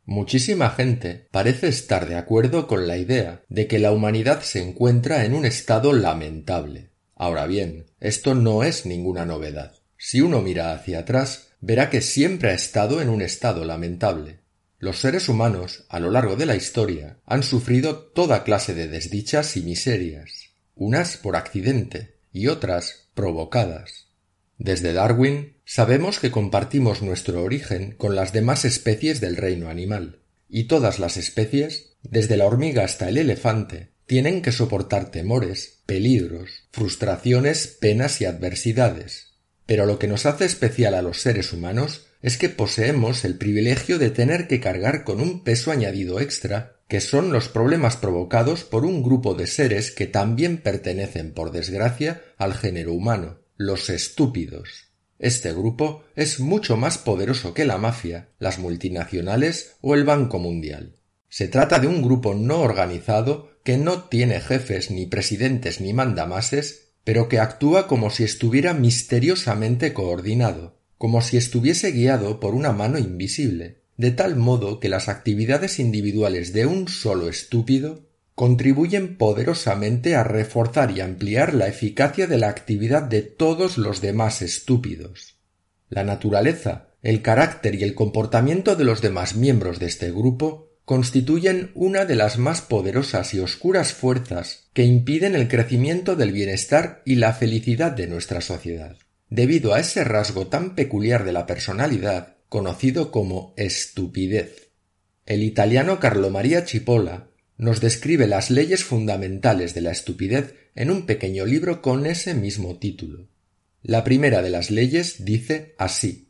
Muchísima gente parece estar de acuerdo con la idea de que la humanidad se encuentra en un estado lamentable. Ahora bien, esto no es ninguna novedad. Si uno mira hacia atrás, verá que siempre ha estado en un estado lamentable. Los seres humanos, a lo largo de la historia, han sufrido toda clase de desdichas y miserias, unas por accidente y otras provocadas. Desde Darwin sabemos que compartimos nuestro origen con las demás especies del reino animal, y todas las especies, desde la hormiga hasta el elefante, tienen que soportar temores, peligros, frustraciones, penas y adversidades. Pero lo que nos hace especial a los seres humanos es que poseemos el privilegio de tener que cargar con un peso añadido extra, que son los problemas provocados por un grupo de seres que también pertenecen, por desgracia, al género humano, los estúpidos. Este grupo es mucho más poderoso que la mafia, las multinacionales o el Banco Mundial. Se trata de un grupo no organizado que no tiene jefes, ni presidentes, ni mandamases, pero que actúa como si estuviera misteriosamente coordinado, como si estuviese guiado por una mano invisible, de tal modo que las actividades individuales de un solo estúpido contribuyen poderosamente a reforzar y ampliar la eficacia de la actividad de todos los demás estúpidos. La naturaleza, el carácter y el comportamiento de los demás miembros de este grupo constituyen una de las más poderosas y oscuras fuerzas que impiden el crecimiento del bienestar y la felicidad de nuestra sociedad, debido a ese rasgo tan peculiar de la personalidad conocido como estupidez. El italiano Carlo Maria Cipolla nos describe las leyes fundamentales de la estupidez en un pequeño libro con ese mismo título. La primera de las leyes dice así: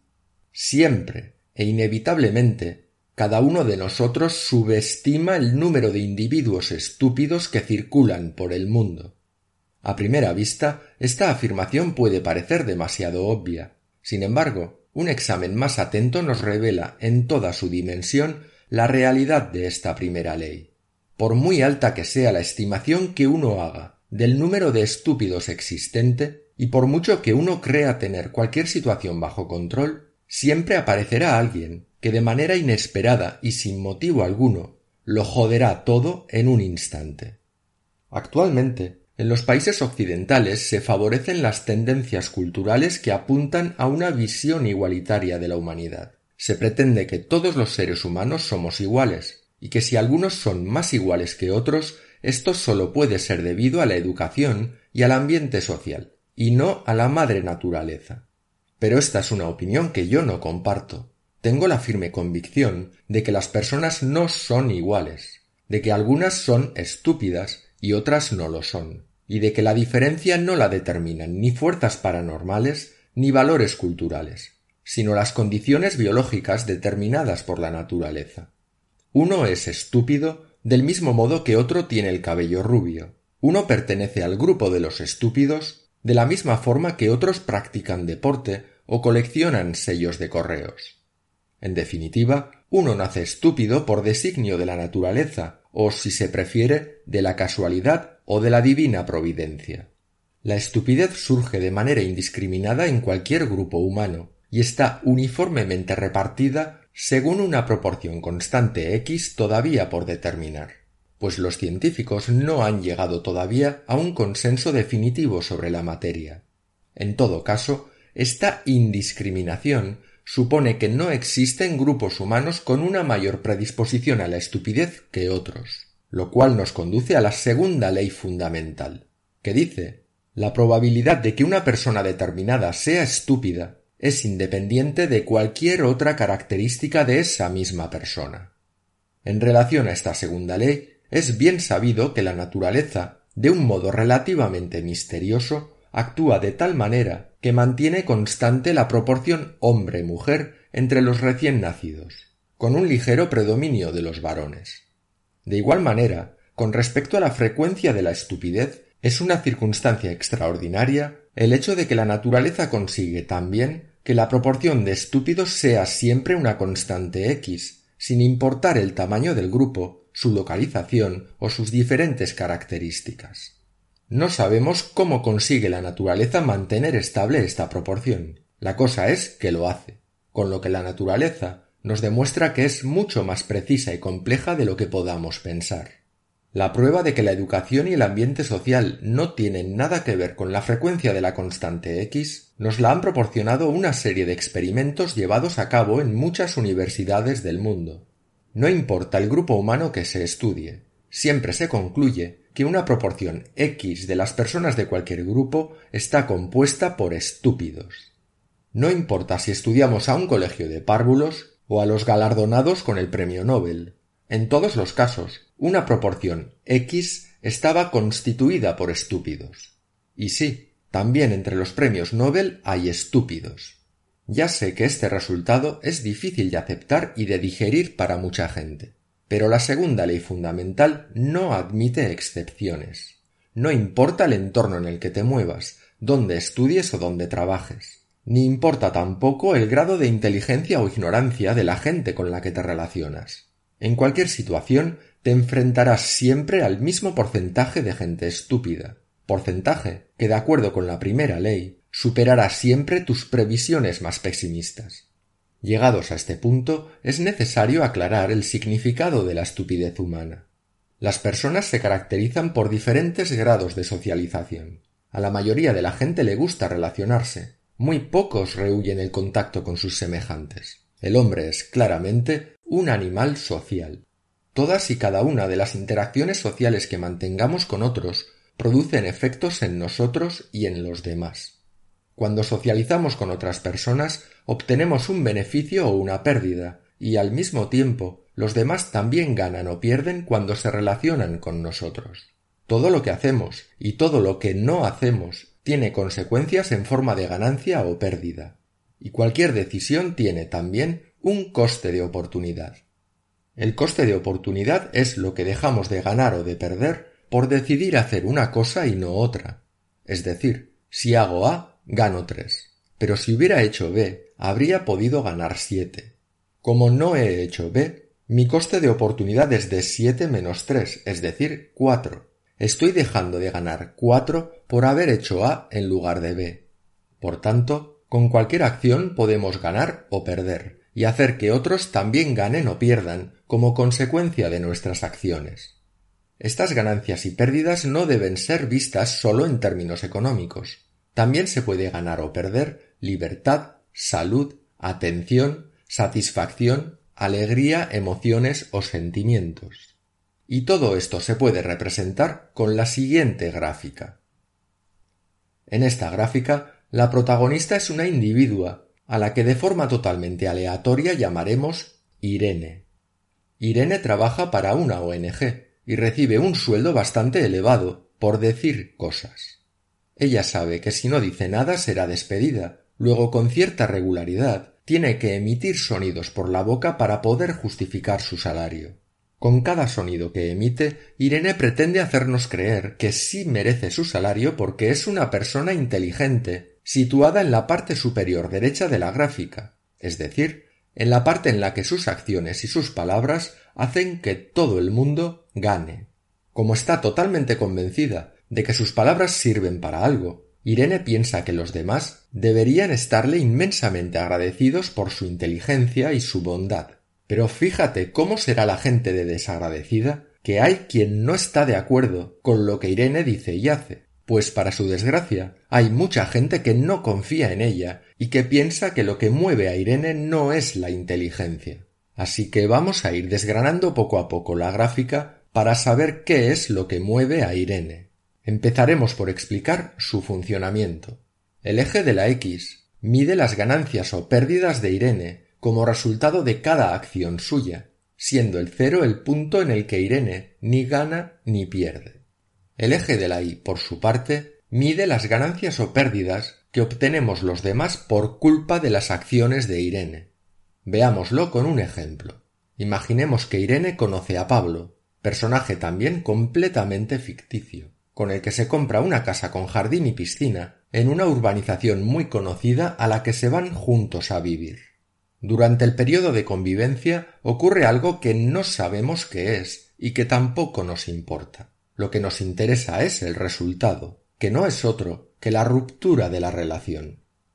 siempre e inevitablemente cada uno de nosotros subestima el número de individuos estúpidos que circulan por el mundo. A primera vista, esta afirmación puede parecer demasiado obvia. Sin embargo, un examen más atento nos revela en toda su dimensión la realidad de esta primera ley. Por muy alta que sea la estimación que uno haga del número de estúpidos existente, y por mucho que uno crea tener cualquier situación bajo control, siempre aparecerá alguien que de manera inesperada y sin motivo alguno lo joderá todo en un instante. Actualmente, en los países occidentales se favorecen las tendencias culturales que apuntan a una visión igualitaria de la humanidad. Se pretende que todos los seres humanos somos iguales, y que si algunos son más iguales que otros, esto solo puede ser debido a la educación y al ambiente social, y no a la madre naturaleza. Pero esta es una opinión que yo no comparto. Tengo la firme convicción de que las personas no son iguales, de que algunas son estúpidas y otras no lo son, y de que la diferencia no la determinan ni fuerzas paranormales ni valores culturales, sino las condiciones biológicas determinadas por la naturaleza. Uno es estúpido del mismo modo que otro tiene el cabello rubio. Uno pertenece al grupo de los estúpidos de la misma forma que otros practican deporte o coleccionan sellos de correos. En definitiva, uno nace estúpido por designio de la naturaleza, o, si se prefiere, de la casualidad o de la divina providencia. La estupidez surge de manera indiscriminada en cualquier grupo humano y está uniformemente repartida según una proporción constante X todavía por determinar, pues los científicos no han llegado todavía a un consenso definitivo sobre la materia. En todo caso, esta indiscriminación supone que no existen grupos humanos con una mayor predisposición a la estupidez que otros, lo cual nos conduce a la segunda ley fundamental, que dice: la probabilidad de que una persona determinada sea estúpida es independiente de cualquier otra característica de esa misma persona. En relación a esta segunda ley, es bien sabido que la naturaleza, de un modo relativamente misterioso, actúa de tal manera que mantiene constante la proporción hombre-mujer entre los recién nacidos, con un ligero predominio de los varones. De igual manera, con respecto a la frecuencia de la estupidez, es una circunstancia extraordinaria el hecho de que la naturaleza consigue también que la proporción de estúpidos sea siempre una constante X, sin importar el tamaño del grupo, su localización o sus diferentes características. No sabemos cómo consigue la naturaleza mantener estable esta proporción. La cosa es que lo hace, con lo que la naturaleza nos demuestra que es mucho más precisa y compleja de lo que podamos pensar. La prueba de que la educación y el ambiente social no tienen nada que ver con la frecuencia de la constante X nos la han proporcionado una serie de experimentos llevados a cabo en muchas universidades del mundo. No importa el grupo humano que se estudie, siempre se concluye que una proporción X de las personas de cualquier grupo está compuesta por estúpidos. No importa si estudiamos a un colegio de párvulos o a los galardonados con el premio Nobel. En todos los casos, una proporción X estaba constituida por estúpidos. Y sí, también entre los premios Nobel hay estúpidos. Ya sé que este resultado es difícil de aceptar y de digerir para mucha gente, pero la segunda ley fundamental no admite excepciones. No importa el entorno en el que te muevas, dónde estudies o dónde trabajes. Ni importa tampoco el grado de inteligencia o ignorancia de la gente con la que te relacionas. En cualquier situación te enfrentarás siempre al mismo porcentaje de gente estúpida, porcentaje que, de acuerdo con la primera ley, superará siempre tus previsiones más pesimistas. Llegados a este punto, es necesario aclarar el significado de la estupidez humana. Las personas se caracterizan por diferentes grados de socialización. A la mayoría de la gente le gusta relacionarse. Muy pocos rehúyen el contacto con sus semejantes. El hombre es, claramente, un animal social. Todas y cada una de las interacciones sociales que mantengamos con otros producen efectos en nosotros y en los demás. Cuando socializamos con otras personas, obtenemos un beneficio o una pérdida, y al mismo tiempo los demás también ganan o pierden cuando se relacionan con nosotros. Todo lo que hacemos y todo lo que no hacemos tiene consecuencias en forma de ganancia o pérdida. Y cualquier decisión tiene también un coste de oportunidad. El coste de oportunidad es lo que dejamos de ganar o de perder por decidir hacer una cosa y no otra. Es decir, si hago A, gano 3. Pero si hubiera hecho B, habría podido ganar 7. Como no he hecho B, mi coste de oportunidad es de 7 menos 3, es decir, 4. Estoy dejando de ganar 4 por haber hecho A en lugar de B. Por tanto, con cualquier acción podemos ganar o perder, y hacer que otros también ganen o pierdan como consecuencia de nuestras acciones. Estas ganancias y pérdidas no deben ser vistas solo en términos económicos. También se puede ganar o perder libertad, salud, atención, satisfacción, alegría, emociones o sentimientos. Y todo esto se puede representar con la siguiente gráfica. En esta gráfica, la protagonista es una individua, a la que de forma totalmente aleatoria llamaremos Irene. Irene trabaja para una ONG y recibe un sueldo bastante elevado por decir cosas. Ella sabe que si no dice nada será despedida, luego con cierta regularidad tiene que emitir sonidos por la boca para poder justificar su salario. Con cada sonido que emite, Irene pretende hacernos creer que sí merece su salario porque es una persona inteligente, situada en la parte superior derecha de la gráfica, es decir, en la parte en la que sus acciones y sus palabras hacen que todo el mundo gane. Como está totalmente convencida de que sus palabras sirven para algo, Irene piensa que los demás deberían estarle inmensamente agradecidos por su inteligencia y su bondad. Pero fíjate cómo será la gente de desagradecida, que hay quien no está de acuerdo con lo que Irene dice y hace, pues para su desgracia hay mucha gente que no confía en ella y que piensa que lo que mueve a Irene no es la inteligencia. Así que vamos a ir desgranando poco a poco la gráfica para saber qué es lo que mueve a Irene. Empezaremos por explicar su funcionamiento. El eje de la X mide las ganancias o pérdidas de Irene como resultado de cada acción suya, siendo el 0 el punto en el que Irene ni gana ni pierde. El eje de la Y, por su parte, mide las ganancias o pérdidas que obtenemos los demás por culpa de las acciones de Irene. Veámoslo con un ejemplo. Imaginemos que Irene conoce a Pablo, personaje también completamente ficticio, con el que se compra una casa con jardín y piscina en una urbanización muy conocida a la que se van juntos a vivir. Durante el periodo de convivencia ocurre algo que no sabemos qué es y que tampoco nos importa. Lo que nos interesa es el resultado, que no es otro que la ruptura de la relación.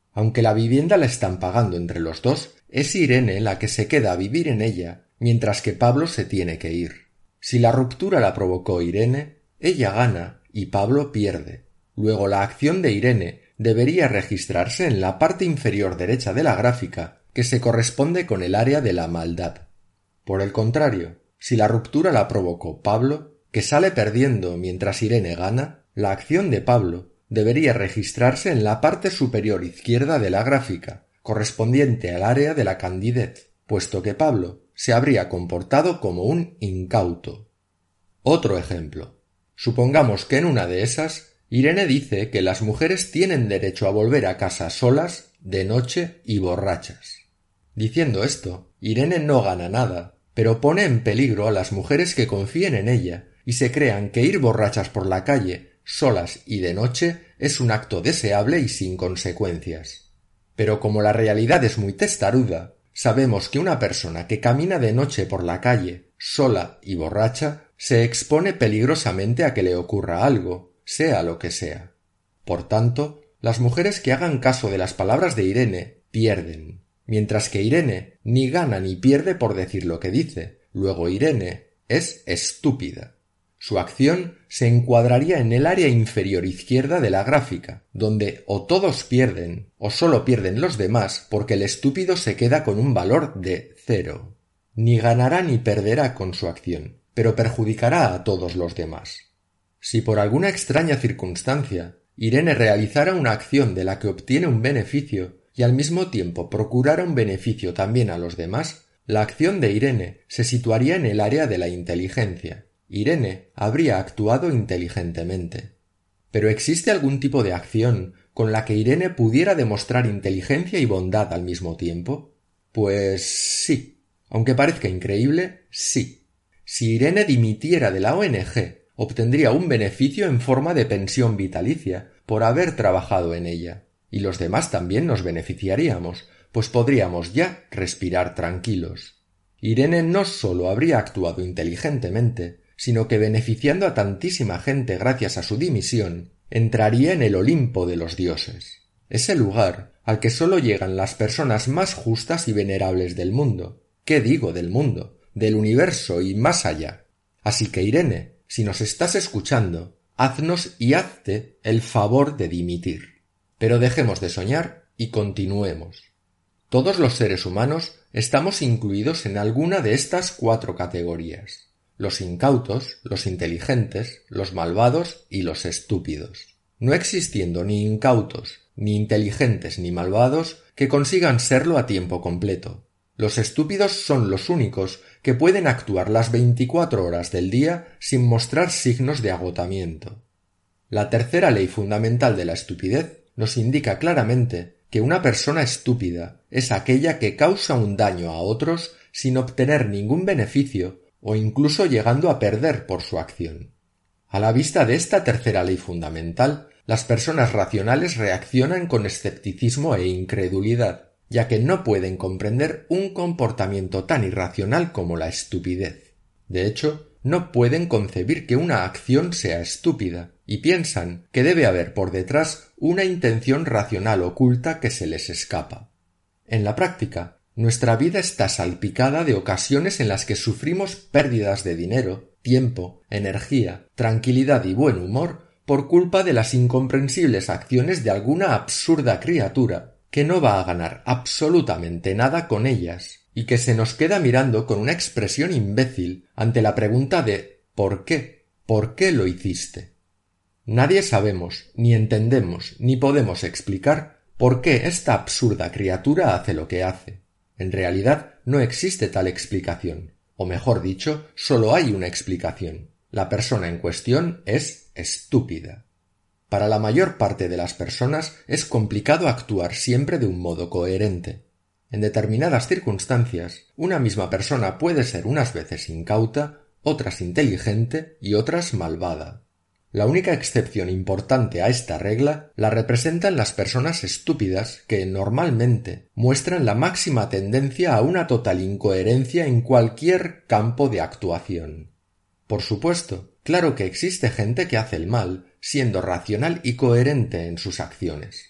Aunque la vivienda la están pagando entre los dos, es Irene la que se queda a vivir en ella, mientras que Pablo se tiene que ir. Si la ruptura la provocó Irene, ella gana y Pablo pierde. Luego la acción de Irene debería registrarse en la parte inferior derecha de la gráfica, que se corresponde con el área de la maldad. Por el contrario, si la ruptura la provocó Pablo, que sale perdiendo mientras Irene gana, la acción de Pablo debería registrarse en la parte superior izquierda de la gráfica, correspondiente al área de la candidez, puesto que Pablo se habría comportado como un incauto. Otro ejemplo. Supongamos que en una de esas, Irene dice que las mujeres tienen derecho a volver a casa solas, de noche y borrachas. Diciendo esto, Irene no gana nada, pero pone en peligro a las mujeres que confíen en ella y se crean que ir borrachas por la calle, solas y de noche, es un acto deseable y sin consecuencias. Pero como la realidad es muy testaruda, sabemos que una persona que camina de noche por la calle, sola y borracha, se expone peligrosamente a que le ocurra algo, sea lo que sea. Por tanto, las mujeres que hagan caso de las palabras de Irene pierden, mientras que Irene ni gana ni pierde por decir lo que dice. Luego Irene es estúpida. Su acción se encuadraría en el área inferior izquierda de la gráfica, donde o todos pierden o solo pierden los demás porque el estúpido se queda con un valor de 0. Ni ganará ni perderá con su acción, pero perjudicará a todos los demás. Si por alguna extraña circunstancia Irene realizara una acción de la que obtiene un beneficio y al mismo tiempo procurara un beneficio también a los demás, la acción de Irene se situaría en el área de la inteligencia. Irene habría actuado inteligentemente. ¿Pero existe algún tipo de acción con la que Irene pudiera demostrar inteligencia y bondad al mismo tiempo? Pues sí. Aunque parezca increíble, sí. Si Irene dimitiera de la ONG, obtendría un beneficio en forma de pensión vitalicia por haber trabajado en ella. Y los demás también nos beneficiaríamos, pues podríamos ya respirar tranquilos. Irene no sólo habría actuado inteligentemente, sino que beneficiando a tantísima gente gracias a su dimisión, entraría en el Olimpo de los dioses, ese lugar al que sólo llegan las personas más justas y venerables del mundo. ¿Qué digo del mundo? Del universo y más allá. Así que Irene, si nos estás escuchando, haznos y hazte el favor de dimitir. Pero dejemos de soñar y continuemos. Todos los seres humanos estamos incluidos en alguna de estas 4 categorías: los incautos, los inteligentes, los malvados y los estúpidos. No existiendo ni incautos, ni inteligentes ni malvados que consigan serlo a tiempo completo. Los estúpidos son los únicos que pueden actuar las 24 horas del día sin mostrar signos de agotamiento. La tercera ley fundamental de la estupidez nos indica claramente que una persona estúpida es aquella que causa un daño a otros sin obtener ningún beneficio o incluso llegando a perder por su acción. A la vista de esta tercera ley fundamental, las personas racionales reaccionan con escepticismo e incredulidad, ya que no pueden comprender un comportamiento tan irracional como la estupidez. De hecho, no pueden concebir que una acción sea estúpida, y piensan que debe haber por detrás una intención racional oculta que se les escapa. En la práctica, nuestra vida está salpicada de ocasiones en las que sufrimos pérdidas de dinero, tiempo, energía, tranquilidad y buen humor por culpa de las incomprensibles acciones de alguna absurda criatura que no va a ganar absolutamente nada con ellas y que se nos queda mirando con una expresión imbécil ante la pregunta de ¿por qué? ¿Por qué lo hiciste? Nadie sabemos, ni entendemos, ni podemos explicar por qué esta absurda criatura hace lo que hace. En realidad no existe tal explicación, o mejor dicho, solo hay una explicación. La persona en cuestión es estúpida. Para la mayor parte de las personas es complicado actuar siempre de un modo coherente. En determinadas circunstancias, una misma persona puede ser unas veces incauta, otras inteligente y otras malvada. La única excepción importante a esta regla la representan las personas estúpidas que, normalmente, muestran la máxima tendencia a una total incoherencia en cualquier campo de actuación. Por supuesto, claro que existe gente que hace el mal, siendo racional y coherente en sus acciones.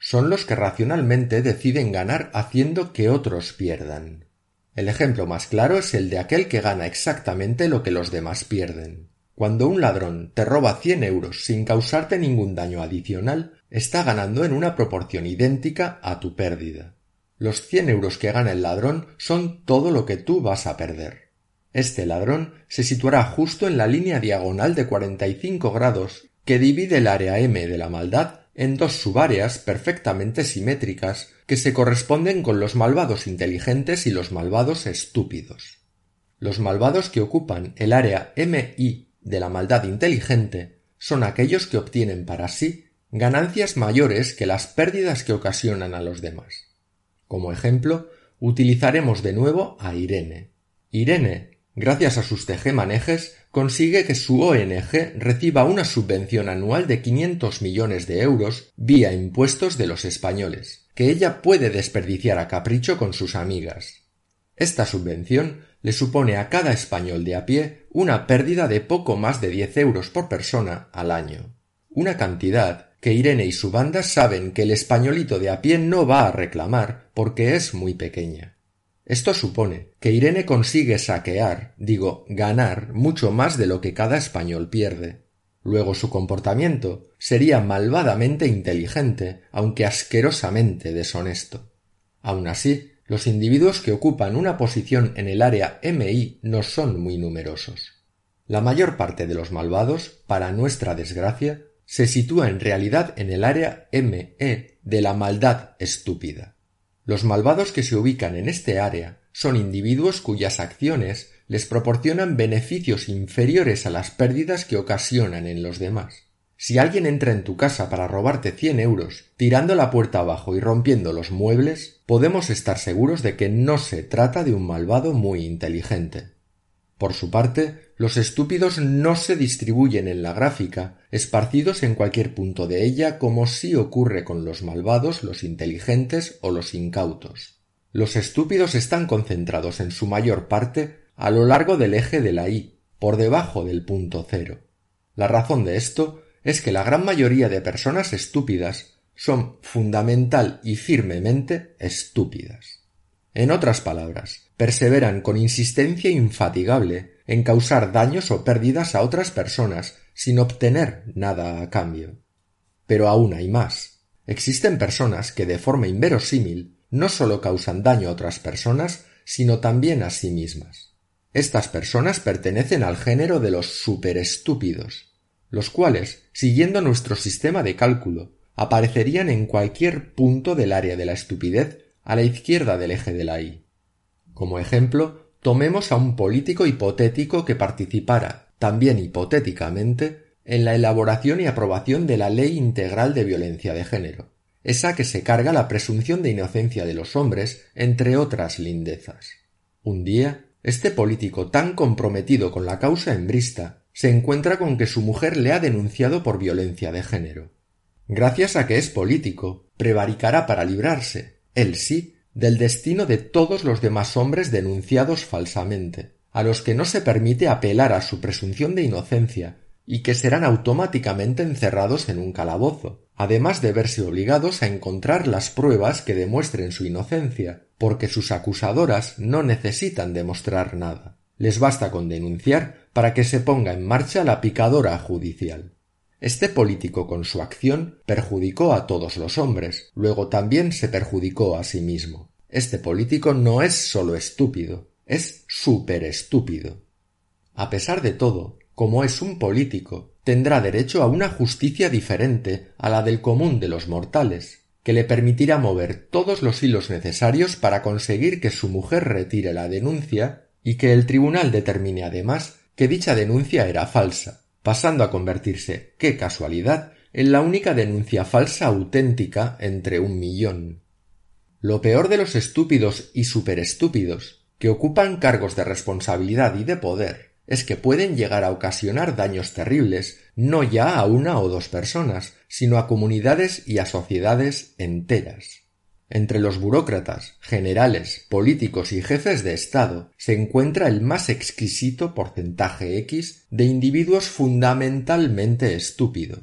son los que racionalmente deciden ganar haciendo que otros pierdan. El ejemplo más claro es el de aquel que gana exactamente lo que los demás pierden. Cuando un ladrón te roba 100 euros sin causarte ningún daño adicional, está ganando en una proporción idéntica a tu pérdida. Los 100 euros que gana el ladrón son todo lo que tú vas a perder. Este ladrón se situará justo en la línea diagonal de 45 grados que divide el área M de la maldad en dos subáreas perfectamente simétricas que se corresponden con los malvados inteligentes y los malvados estúpidos. Los malvados que ocupan el área MI de la maldad inteligente son aquellos que obtienen para sí ganancias mayores que las pérdidas que ocasionan a los demás. Como ejemplo, utilizaremos de nuevo a Irene. Irene, gracias a sus tejemanejes, consigue que su ONG reciba una subvención anual de 500 millones de euros vía impuestos de los españoles, que ella puede desperdiciar a capricho con sus amigas. Esta subvención le supone a cada español de a pie una pérdida de poco más de 10 euros por persona al año. Una cantidad que Irene y su banda saben que el españolito de a pie no va a reclamar porque es muy pequeña. Esto supone que Irene consigue ganar mucho más de lo que cada español pierde. Luego su comportamiento sería malvadamente inteligente, aunque asquerosamente deshonesto. Aun así, los individuos que ocupan una posición en el área MI no son muy numerosos. La mayor parte de los malvados, para nuestra desgracia, se sitúa en realidad en el área ME de la maldad estúpida. Los malvados que se ubican en este área son individuos cuyas acciones les proporcionan beneficios inferiores a las pérdidas que ocasionan en los demás. Si alguien entra en tu casa para robarte 100 euros, tirando la puerta abajo y rompiendo los muebles, podemos estar seguros de que no se trata de un malvado muy inteligente. Por su parte, los estúpidos no se distribuyen en la gráfica, esparcidos en cualquier punto de ella como sí ocurre con los malvados, los inteligentes o los incautos. Los estúpidos están concentrados en su mayor parte a lo largo del eje de la Y, por debajo del punto cero. La razón de esto es que la gran mayoría de personas estúpidas son fundamental y firmemente estúpidas. En otras palabras, perseveran con insistencia infatigable en causar daños o pérdidas a otras personas sin obtener nada a cambio. Pero aún hay más. Existen personas que de forma inverosímil no solo causan daño a otras personas, sino también a sí mismas. Estas personas pertenecen al género de los superestúpidos, los cuales, siguiendo nuestro sistema de cálculo, aparecerían en cualquier punto del área de la estupidez a la izquierda del eje de la Y. Como ejemplo, tomemos a un político hipotético que participara, también hipotéticamente, en la elaboración y aprobación de la Ley Integral de Violencia de Género, esa que se carga la presunción de inocencia de los hombres, entre otras lindezas. Un día, este político tan comprometido con la causa hembrista se encuentra con que su mujer le ha denunciado por violencia de género. Gracias a que es político, prevaricará para librarse, él sí, del destino de todos los demás hombres denunciados falsamente, a los que no se permite apelar a su presunción de inocencia y que serán automáticamente encerrados en un calabozo, además de verse obligados a encontrar las pruebas que demuestren su inocencia, porque sus acusadoras no necesitan demostrar nada. Les basta con denunciar para que se ponga en marcha la picadora judicial. Este político con su acción perjudicó a todos los hombres, luego también se perjudicó a sí mismo. Este político no es solo estúpido, es superestúpido. A pesar de todo, como es un político, tendrá derecho a una justicia diferente a la del común de los mortales, que le permitirá mover todos los hilos necesarios para conseguir que su mujer retire la denuncia y que el tribunal determine además que dicha denuncia era falsa, pasando a convertirse, ¡qué casualidad!, en la única denuncia falsa auténtica entre 1.000.000. Lo peor de los estúpidos y superestúpidos, que ocupan cargos de responsabilidad y de poder, es que pueden llegar a ocasionar daños terribles no ya a una o dos personas, sino a comunidades y a sociedades enteras. Entre los burócratas, generales, políticos y jefes de Estado se encuentra el más exquisito porcentaje X de individuos fundamentalmente estúpidos.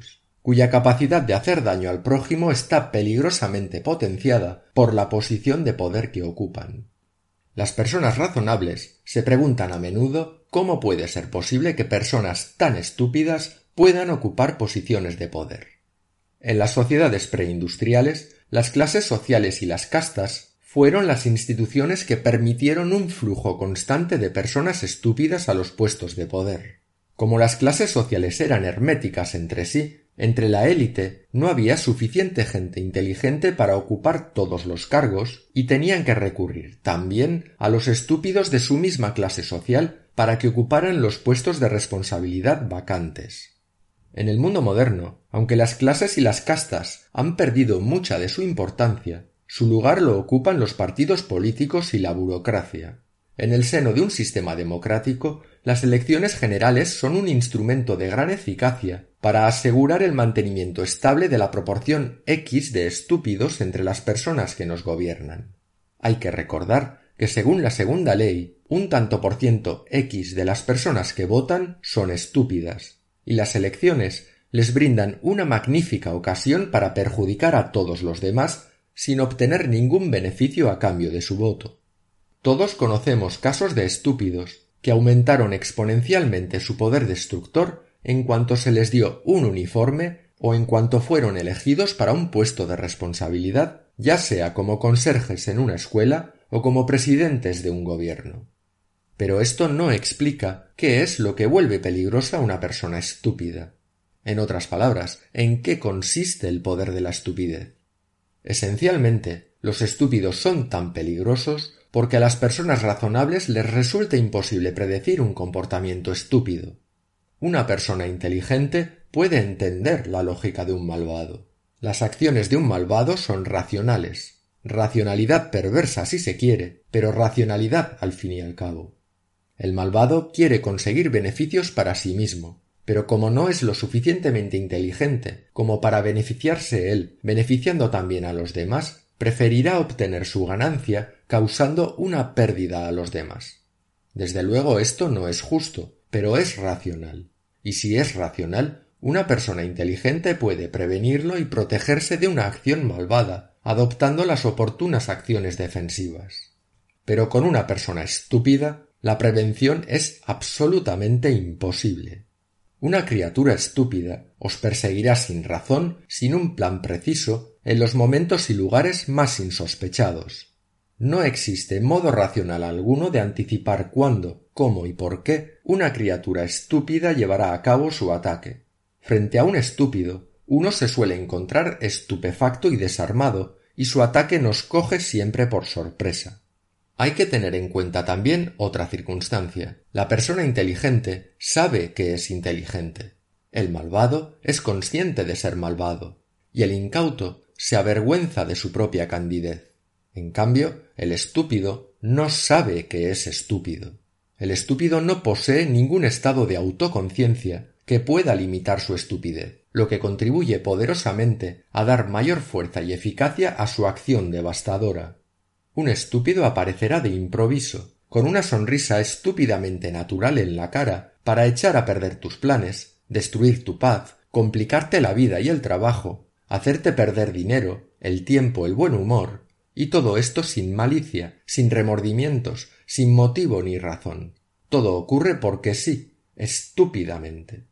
cuya capacidad de hacer daño al prójimo está peligrosamente potenciada por la posición de poder que ocupan. Las personas razonables se preguntan a menudo cómo puede ser posible que personas tan estúpidas puedan ocupar posiciones de poder. En las sociedades preindustriales, las clases sociales y las castas fueron las instituciones que permitieron un flujo constante de personas estúpidas a los puestos de poder. Como las clases sociales eran herméticas entre sí, entre la élite no había suficiente gente inteligente para ocupar todos los cargos y tenían que recurrir también a los estúpidos de su misma clase social para que ocuparan los puestos de responsabilidad vacantes. En el mundo moderno, aunque las clases y las castas han perdido mucha de su importancia, su lugar lo ocupan los partidos políticos y la burocracia. En el seno de un sistema democrático, las elecciones generales son un instrumento de gran eficacia para asegurar el mantenimiento estable de la proporción X de estúpidos entre las personas que nos gobiernan. Hay que recordar que según la segunda ley, un tanto por ciento X de las personas que votan son estúpidas, y las elecciones les brindan una magnífica ocasión para perjudicar a todos los demás sin obtener ningún beneficio a cambio de su voto. Todos conocemos casos de estúpidos que aumentaron exponencialmente su poder destructor en cuanto se les dio un uniforme o en cuanto fueron elegidos para un puesto de responsabilidad, ya sea como conserjes en una escuela o como presidentes de un gobierno. Pero esto no explica qué es lo que vuelve peligrosa a una persona estúpida. En otras palabras, ¿en qué consiste el poder de la estupidez? Esencialmente, los estúpidos son tan peligrosos porque a las personas razonables les resulta imposible predecir un comportamiento estúpido. Una persona inteligente puede entender la lógica de un malvado. Las acciones de un malvado son racionales. Racionalidad perversa si se quiere, pero racionalidad al fin y al cabo. El malvado quiere conseguir beneficios para sí mismo, pero como no es lo suficientemente inteligente como para beneficiarse él, beneficiando también a los demás, preferirá obtener su ganancia causando una pérdida a los demás. Desde luego esto no es justo, pero es racional. Y si es racional, una persona inteligente puede prevenirlo y protegerse de una acción malvada, adoptando las oportunas acciones defensivas. Pero con una persona estúpida, la prevención es absolutamente imposible. Una criatura estúpida os perseguirá sin razón, sin un plan preciso, en los momentos y lugares más insospechados. No existe modo racional alguno de anticipar cuándo, cómo y por qué una criatura estúpida llevará a cabo su ataque. Frente a un estúpido, uno se suele encontrar estupefacto y desarmado, y su ataque nos coge siempre por sorpresa. Hay que tener en cuenta también otra circunstancia. La persona inteligente sabe que es inteligente. El malvado es consciente de ser malvado, y el incauto se avergüenza de su propia candidez. En cambio, el estúpido no sabe que es estúpido. El estúpido no posee ningún estado de autoconciencia que pueda limitar su estupidez, lo que contribuye poderosamente a dar mayor fuerza y eficacia a su acción devastadora. Un estúpido aparecerá de improviso, con una sonrisa estúpidamente natural en la cara, para echar a perder tus planes, destruir tu paz, complicarte la vida y el trabajo, hacerte perder dinero, el tiempo, el buen humor, y todo esto sin malicia, sin remordimientos, sin motivo ni razón. Todo ocurre porque sí, estúpidamente.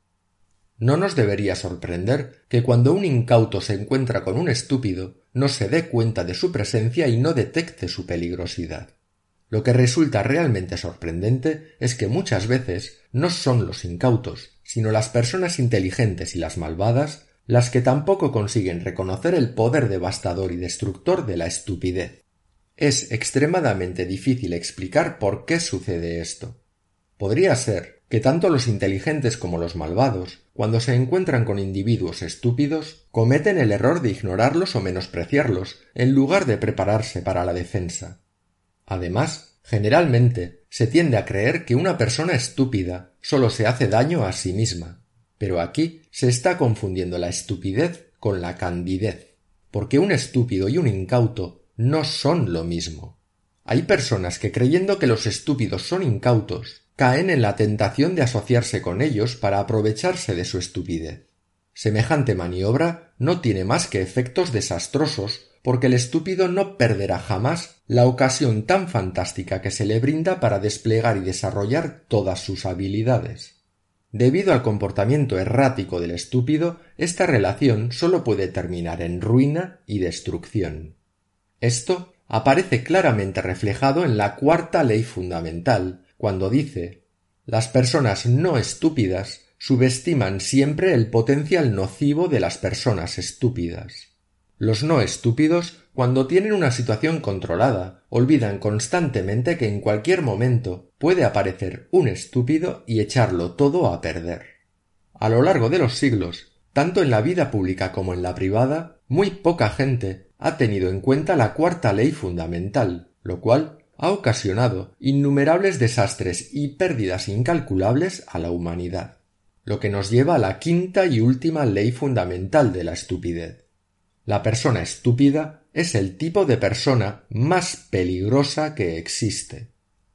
No nos debería sorprender que cuando un incauto se encuentra con un estúpido, no se dé cuenta de su presencia y no detecte su peligrosidad. Lo que resulta realmente sorprendente es que muchas veces no son los incautos, sino las personas inteligentes y las malvadas las que tampoco consiguen reconocer el poder devastador y destructor de la estupidez. Es extremadamente difícil explicar por qué sucede esto. Podría ser que tanto los inteligentes como los malvados, cuando se encuentran con individuos estúpidos, cometen el error de ignorarlos o menospreciarlos, en lugar de prepararse para la defensa. Además, generalmente se tiende a creer que una persona estúpida solo se hace daño a sí misma. Pero aquí se está confundiendo la estupidez con la candidez, porque un estúpido y un incauto no son lo mismo. Hay personas que creyendo que los estúpidos son incautos, caen en la tentación de asociarse con ellos para aprovecharse de su estupidez. Semejante maniobra no tiene más que efectos desastrosos, porque el estúpido no perderá jamás la ocasión tan fantástica que se le brinda para desplegar y desarrollar todas sus habilidades. Debido al comportamiento errático del estúpido, esta relación sólo puede terminar en ruina y destrucción. Esto aparece claramente reflejado en la cuarta ley fundamental, cuando dice: las personas no estúpidas subestiman siempre el potencial nocivo de las personas estúpidas. Los no estúpidos, cuando tienen una situación controlada, olvidan constantemente que en cualquier momento puede aparecer un estúpido y echarlo todo a perder. A lo largo de los siglos, tanto en la vida pública como en la privada, muy poca gente ha tenido en cuenta la cuarta ley fundamental, lo cual ha ocasionado innumerables desastres y pérdidas incalculables a la humanidad. Lo que nos lleva a la quinta y última ley fundamental de la estupidez. La persona estúpida es el tipo de persona más peligrosa que existe.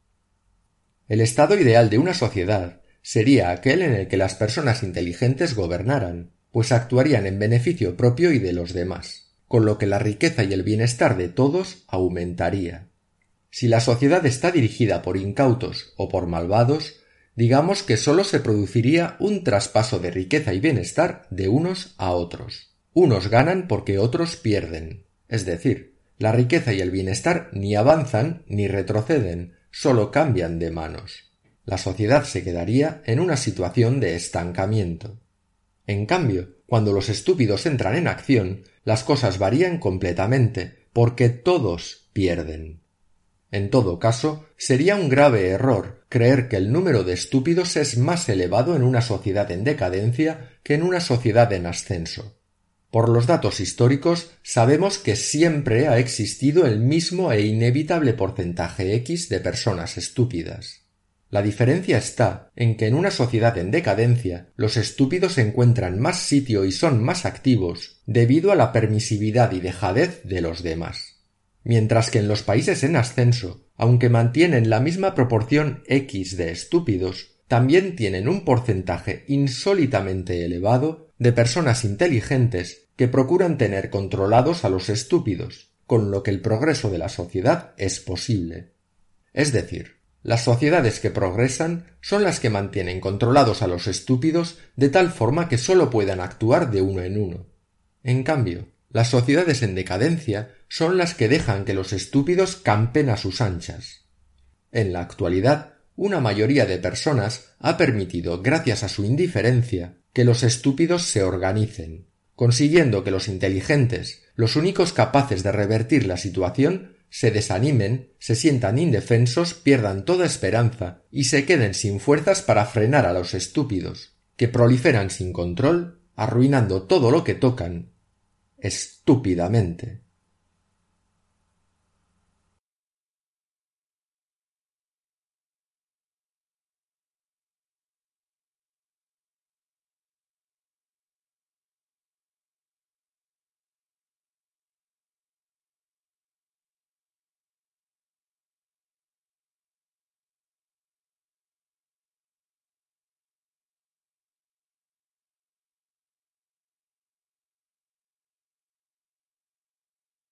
El estado ideal de una sociedad sería aquel en el que las personas inteligentes gobernaran, pues actuarían en beneficio propio y de los demás, con lo que la riqueza y el bienestar de todos aumentaría. Si la sociedad está dirigida por incautos o por malvados, digamos que sólo se produciría un traspaso de riqueza y bienestar de unos a otros. Unos ganan porque otros pierden, es decir, la riqueza y el bienestar ni avanzan ni retroceden, sólo cambian de manos. La sociedad se quedaría en una situación de estancamiento. En cambio, cuando los estúpidos entran en acción, las cosas varían completamente, porque todos pierden. En todo caso, sería un grave error creer que el número de estúpidos es más elevado en una sociedad en decadencia que en una sociedad en ascenso. Por los datos históricos sabemos que siempre ha existido el mismo e inevitable porcentaje X de personas estúpidas. La diferencia está en que en una sociedad en decadencia los estúpidos encuentran más sitio y son más activos debido a la permisividad y dejadez de los demás. Mientras que en los países en ascenso, aunque mantienen la misma proporción X de estúpidos, también tienen un porcentaje insólitamente elevado de personas inteligentes que procuran tener controlados a los estúpidos, con lo que el progreso de la sociedad es posible. Es decir, las sociedades que progresan son las que mantienen controlados a los estúpidos de tal forma que sólo puedan actuar de uno en uno. En cambio, las sociedades en decadencia son las que dejan que los estúpidos campen a sus anchas. En la actualidad, una mayoría de personas ha permitido, gracias a su indiferencia, que los estúpidos se organicen, consiguiendo que los inteligentes, los únicos capaces de revertir la situación, se desanimen, se sientan indefensos, pierdan toda esperanza y se queden sin fuerzas para frenar a los estúpidos, que proliferan sin control, arruinando todo lo que tocan, estúpidamente.